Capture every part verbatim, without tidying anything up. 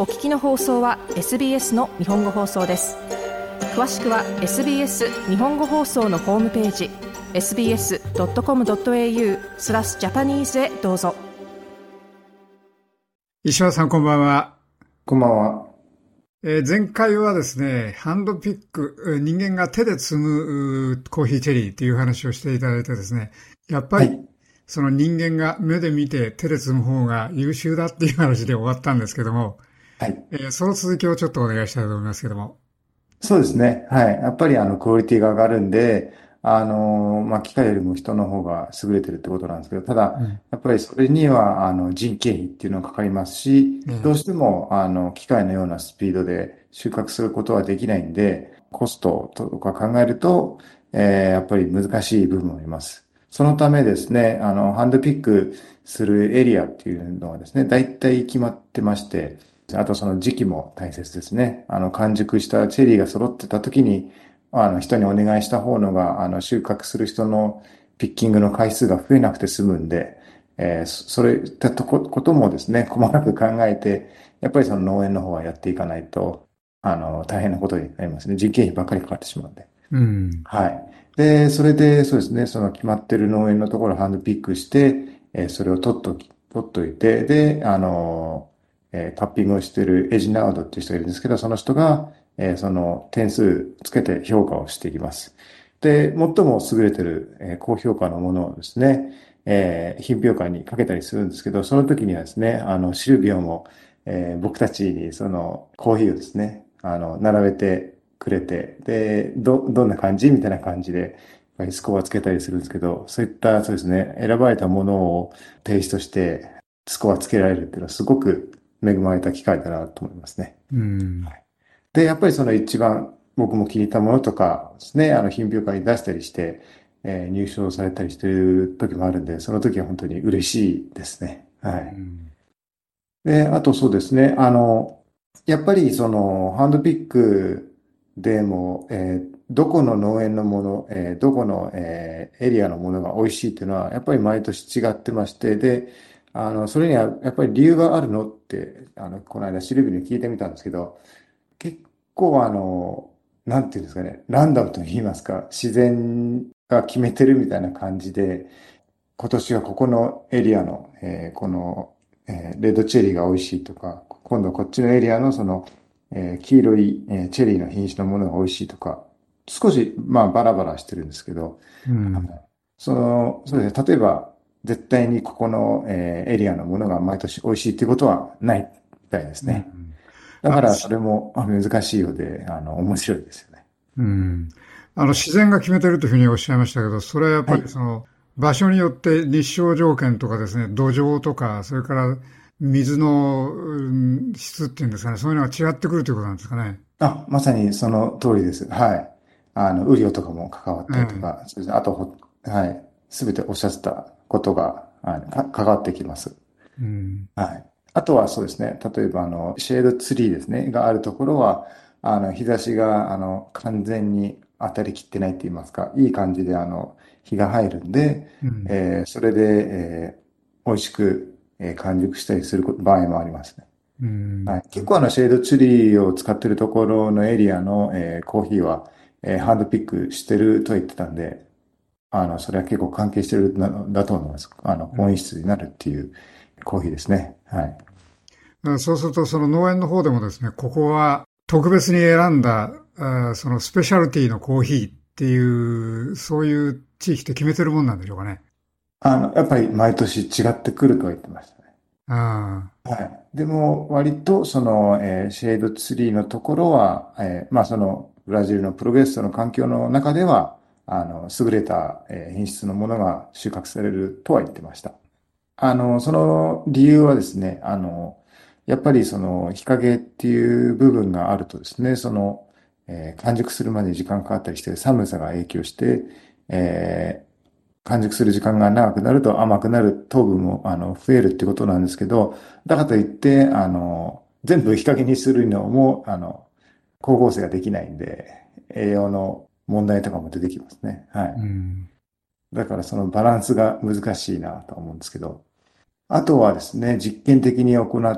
お聞きの放送は エスビーエス の日本語放送です。詳しくは エスビーエス 日本語放送のホームページ エスビーエスドットコムドットエーユー スラスジャパニーズへどうぞ。 石原さん、こんばんは。 こんばんは。 えー、前回はですね、ハンドピック、人間が手で摘むコーヒーチェリーという話をしていただいてですね、やっぱり、はい、その人間が目で見て手で摘む方が優秀だっていう話で終わったんですけども、はい、えー、その続きをちょっとお願いしたいと思いますけども。 そうですね。はい。やっぱりあの、クオリティが上がるんで、あの、まあ、機械よりも人の方が優れてるってことなんですけど、ただ、うん、やっぱりそれには、あの、人件費っていうのがかかりますし、うん、どうしても、あの、機械のようなスピードで収穫することはできないんで、コストとか考えると、えー、やっぱり難しい部分もあります。そのためですね、あの、ハンドピックするエリアっていうのはですね、大体決まってまして、あとその時期も大切ですね。あの、完熟したチェリーが揃ってた時に、あの、人にお願いした方のが、あの、収穫する人のピッキングの回数が増えなくて済むんで、えー、それ、たとこ、こともですね、細かく考えて、やっぱりその農園の方はやっていかないと、あの、大変なことになりますね。人件費ばっかりかかってしまうんで。 うん。 はい。で、それで、そうですね、その決まってる農園のところをハンドピックして、えー、それを取っとき、取っといて、で、あの、えー、タッピングをしているエジナードっていう人がいるんですけど、その人が、えー、その点数つけて評価をしていきます。で、最も優れてる、えー、高評価のものをですね、えー、品評会にかけたりするんですけど、その時にはですね、あの、シルビオも、えー、僕たちにそのコーヒーをですね、あの、並べてくれて、で、ど、どんな感じみたいな感じで、やっぱりスコアつけたりするんですけど、そういった、そうですね、選ばれたものを提出として、スコアつけられるっていうのはすごく恵まれた機会だなと思いますね。 うん。 はい、で、やっぱりその一番僕も気に入ったものとかですね、あの品評会に出したりして、えー、入賞されたりしている時もあるんで、その時は本当に嬉しいですね。はい。うん、で、あとそうですね、あの、やっぱりそのハンドピックでも、えー、どこの農園のもの、えー、どこの、えー、エリアのものが美味しいっていうのは、やっぱり毎年違ってまして、で、あの、それにはやっぱり理由があるのって、あの、この間シルビに聞いてみたんですけど、結構あの、なんていうんですかね、ランダムと言いますか、自然が決めてるみたいな感じで、今年はここのエリアの、えー、この、えー、レッドチェリーが美味しいとか、今度こっちのエリアのその、えー、黄色い、えー、チェリーの品種のものが美味しいとか、少し、まあ、バラバラしてるんですけど、 うん、 その、そうですね、例えば、絶対にここの、えー、エリアのものが毎年美味しいっていうことはないみたいですね。うん、だからそれも難しいようで、あの、面白いですよね。 うん。あの、自然が決めてるというふうにおっしゃいましたけど、それはやっぱりその、はい、場所によって日照条件とかですね、土壌とか、それから水の質っていうんですかね、そういうのが違ってくるということなんですかね。 あ、まさにその通りです。はい。あの、雨量とかも関わったりとか、ええ、そうですね、あと、はい。すべておっしゃってたことが、はい、か関わってきます。 うん、 はい。あとはそうですね、例えばあの、シェードツリーですね、があるところは、あの、日差しが、あの、完全に当たりきってないって言いますか、いい感じで、あの、日が入るんで、うん、えー、それで、えー、美味しく、えー、完熟したりする場合もありますね。 うん、 はい、結構あの、シェードツリーを使っているところのエリアの、えー、コーヒーは、えー、ハンドピックしてると言ってたんで、あの、それは結構関係してるんだと思います。あの、本質になるっていうコーヒーですね。はい。 そうすると、その農園の方でもですね、ここは特別に選んだ、あそのスペシャルティのコーヒーっていう、そういう地域って決めてるもんなんでしょうかね。 あの、やっぱり毎年違ってくるとは言ってましたね。 ああ。 はい。でも、割と、その、えーシェードツリーのところは、えーまあ、その、ブラジルのプログレッソの環境の中では、あの、優れた、えー品質のものが収穫されるとは言ってました。あの、その理由はですね、あの、やっぱりその日陰っていう部分があるとですね、その、えー完熟するまでに時間かかったりして、寒さが影響して、えー完熟する時間が長くなると甘くなる糖分も、あの、増えるってことなんですけど、だからといって、あの、全部日陰にするのも、あの、光合成ができないんで、栄養の問題とかも出てきますね。はうい。 ん。 だからそのバランスが難しいなと思うんですけど、あとはですね、実験的に行っ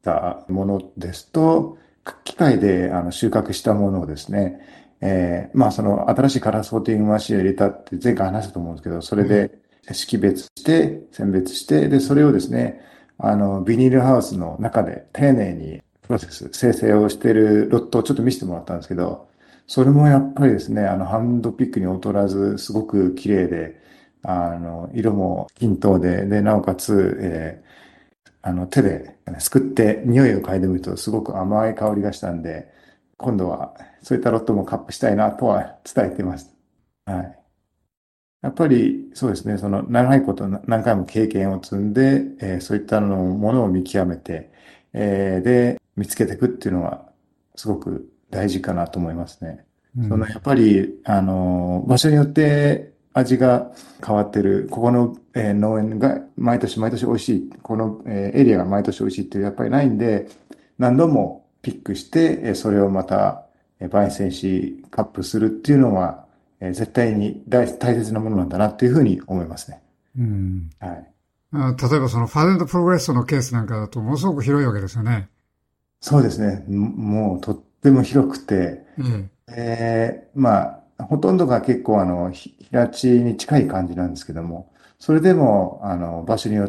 たものですと、機械であの収穫したものをですね、えーまあその新しいカラーソーティングマシンを入れたって前回話したと思うんですけど、それで識別して、選別して、で、それをですね、あの、ビニールハウスの中で丁寧にプロセス、生成をしているロットをちょっと見せてもらったんですけど、それもやっぱりですね、あの、ハンドピックに劣らず、すごく綺麗で、あの、色も均等で、で、なおかつ、えーあの、手で、ね、すくって匂いを嗅いでみるとすごく甘い香りがしたんで、今度はそういったロットもカップしたいなとは伝えてます。はい。やっぱりそうですね、その長いこと何回も経験を積んで、えーそういったのものを見極めて、えーで、見つけていくっていうのはすごく大事かなと思いますね。そのやっぱり、あの、場所によって味が変わってる、ここの、えー農園が毎年毎年美味しい、この、えーエリアが毎年美味しいっていうやっぱりないんで、何度もピックして、えーそれをまた、えー焙煎し、カップするっていうのは、えー絶対に大、大切なものなんだなっていうふうに思いますね。 うん。 はい。 あ、例えばそのファーデントプログレッソのケースなんかだとものすごく広いわけですよね。 そうですね。もうとっても広くて、 ええ。 えーまあ、ほとんどが結構あの、ひ平地に近い感じなんですけども、それでも、あの、場所によって、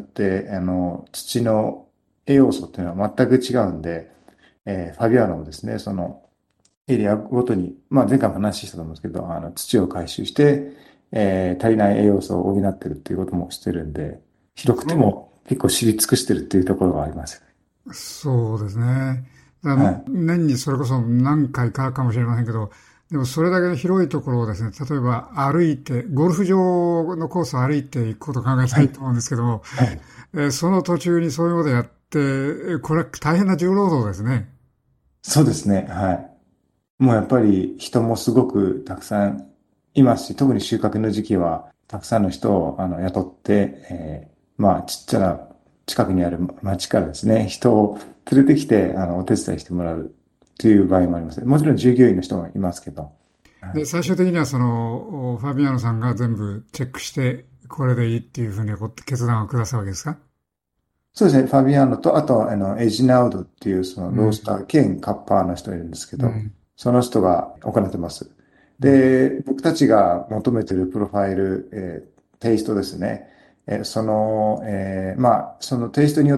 あの、土の栄養素っていうのは全く違うんで、えーファビアーノもですね、そのエリアごとに、まあ前回も話したと思うんですけど、あの、土を回収して、えー足りない栄養素を補ってるっていうこともしてるんで、広くても結構知り尽くしてるっていうところがあります。 そうですね。あのはい。 年にそれこそ何回かかもしれませんけど、でもそれだけ広いところをですね、例えば歩いて、ゴルフ場のコースを歩いていくことを考えたはい。 らいいと思うんですけども、 はい。 えーその途中にそういうことをやって、えーこれは大変な重労働ですね。 そうですね。はい。もうやっぱり人もすごくたくさんいますし、特に収穫の時期はたくさんの人をあの雇って、えーまあちっちゃな近くにある町からですね、人を連れてきてあのお手伝いしてもらうという場合もあります。もちろん従業員の人もいますけど。はで、 い。 最終的にはその、ファビアノさんが全部チェックして、これでいいっていうふうにこう決断を下すわけですか？ そうですね。ファビアーノと、あと、あの、エジナウドっていうそのうん。 ロースター兼カッパーの人がいるんですけど、 うん。 その人が行ってます。 うん。 で、僕たちが求めてるプロファイル、えーテイストですね。えーその、えーまあ、そのテイストによって、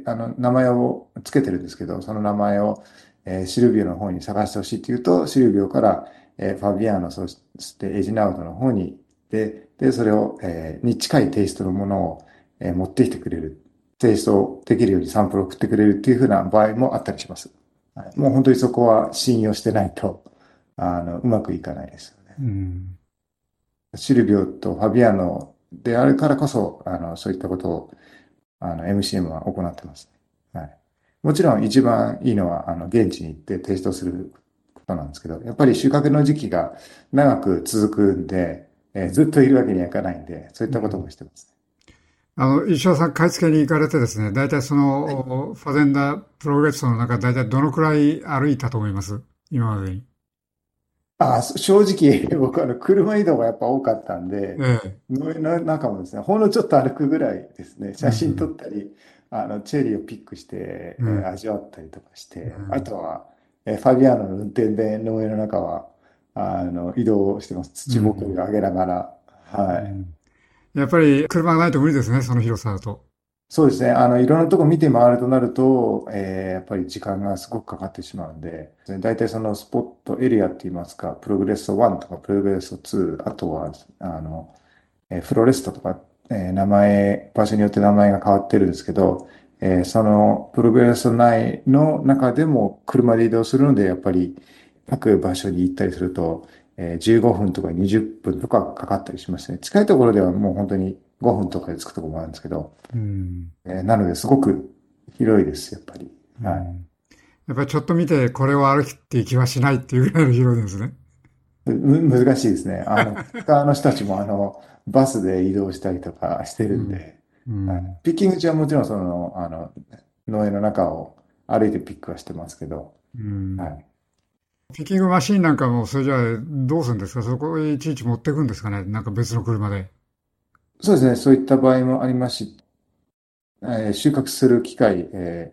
あの、名前をつけてるんですけど、その名前を、えーシルビオの方に探してほしいっていうと、シルビオから、えーファビアーノ、そしてエジナウドの方に行って、で、それを、えーに近いテイストのものを、えー持ってきてくれる。提出できるようにサンプルを送ってくれるっていう風な場合もあったりします。はい、もう本当にそこは信用してないと、あの、うまくいかないですよね。 うん。 シルビオとファビアーノであるからこそ、あの、そういったことを、あの、エムシーエム は行ってます。はい。もちろん一番いいのは、あの、現地に行って提出をすることなんですけど、やっぱり収穫の時期が長く続くんで、えーずっといるわけにはいかないんで、そういったことうん。 もしてます。 あの、石尾さん、買い付けに行かれてですね、大体そはい。 の、ファゼンダープログレッソの中、大体どのくらい歩いたと思います？今までに。 あ、そ正直、僕、あの、車移動がやっぱ多かったんで、 ええ。 のな中もですね、ほんのちょっと歩くぐらいですね、写真撮うん。 ったり、あの、チェリーをピックして、 うん。 えー味わったりとかしうて、あん。 とは、えーファビアーノの運転で農園の中は、あの、移動してます。 う土ぼこりをん。 上げながら。はい。 うん。やっぱり車がないと無理ですね、その広さだと。 そうですね。あの、いろんなとこ見て回るとなると、えーやっぱり時間がすごくかかってしまうんで、大体そのスポットエリアって言いますか、プログレッソワンとかプログレッソツー、あとは、あの、えーフロレストとか、えー名前、場所によって名前が変わってるんですけど、えーそのプログレスト内の中でも車で移動するので、やっぱり各場所に行ったりすると、えーじゅうごふんとかにじゅっぷんとかかかったりしますね。近いところではもう本当にごふんとかで着くところもあるんですけど、 うん。 えーなのですごく広いです、やっぱり。はい。 うん。やっぱりちょっと見てこれを歩きっていう気はしないっていうぐらいの広いですね。 む、難しいですね。あの、ピッカーの人たちもあの、バスで移動したりとかしてうん。 るんで、 うはい。 ん。 ピッキング中はもちろんその、あの、農園の中を歩いてピックはしてますけど、 うん。 はい。 ピッキングマシーンなんかも、それじゃあどうするんですか？そこへいちいち持っていくんですかね？なんか別の車で。 そうですね。そういった場合もありますし、えー収穫する機械、えー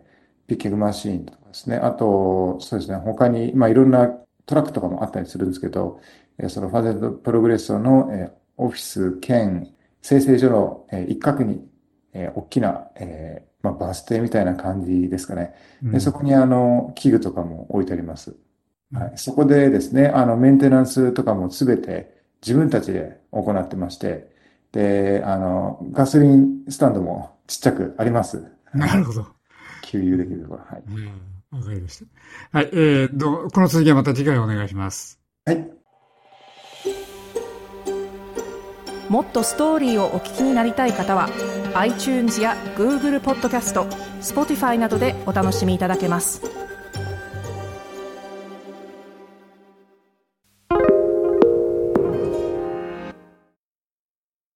ピッキングマシーンとかですね。あと、そうですね、他に、まあいろんなトラックとかもあったりするんですけど、えーそのファーゼントプログレッソの、えーオフィス兼製製所の、えー一角に、えー大きな、えーまあ、バス停みたいな感じですかね。で、 うんそこにあの、器具とかも置いてあります。 うんはい。そこでですね、あの、メンテナンスとかもすべて自分たちで行ってまして、で、あの、ガソリンスタンドもちっちゃくあります。はい。 なるほど。 給油できるところ。はい。 うん、わかりました。はい、えー、どうこの続きはまた次回お願いします。 はい。 もっとストーリーをお聞きになりたい方は iTunes や Google ポッドキャスト、Spotify などでお楽しみいただけます。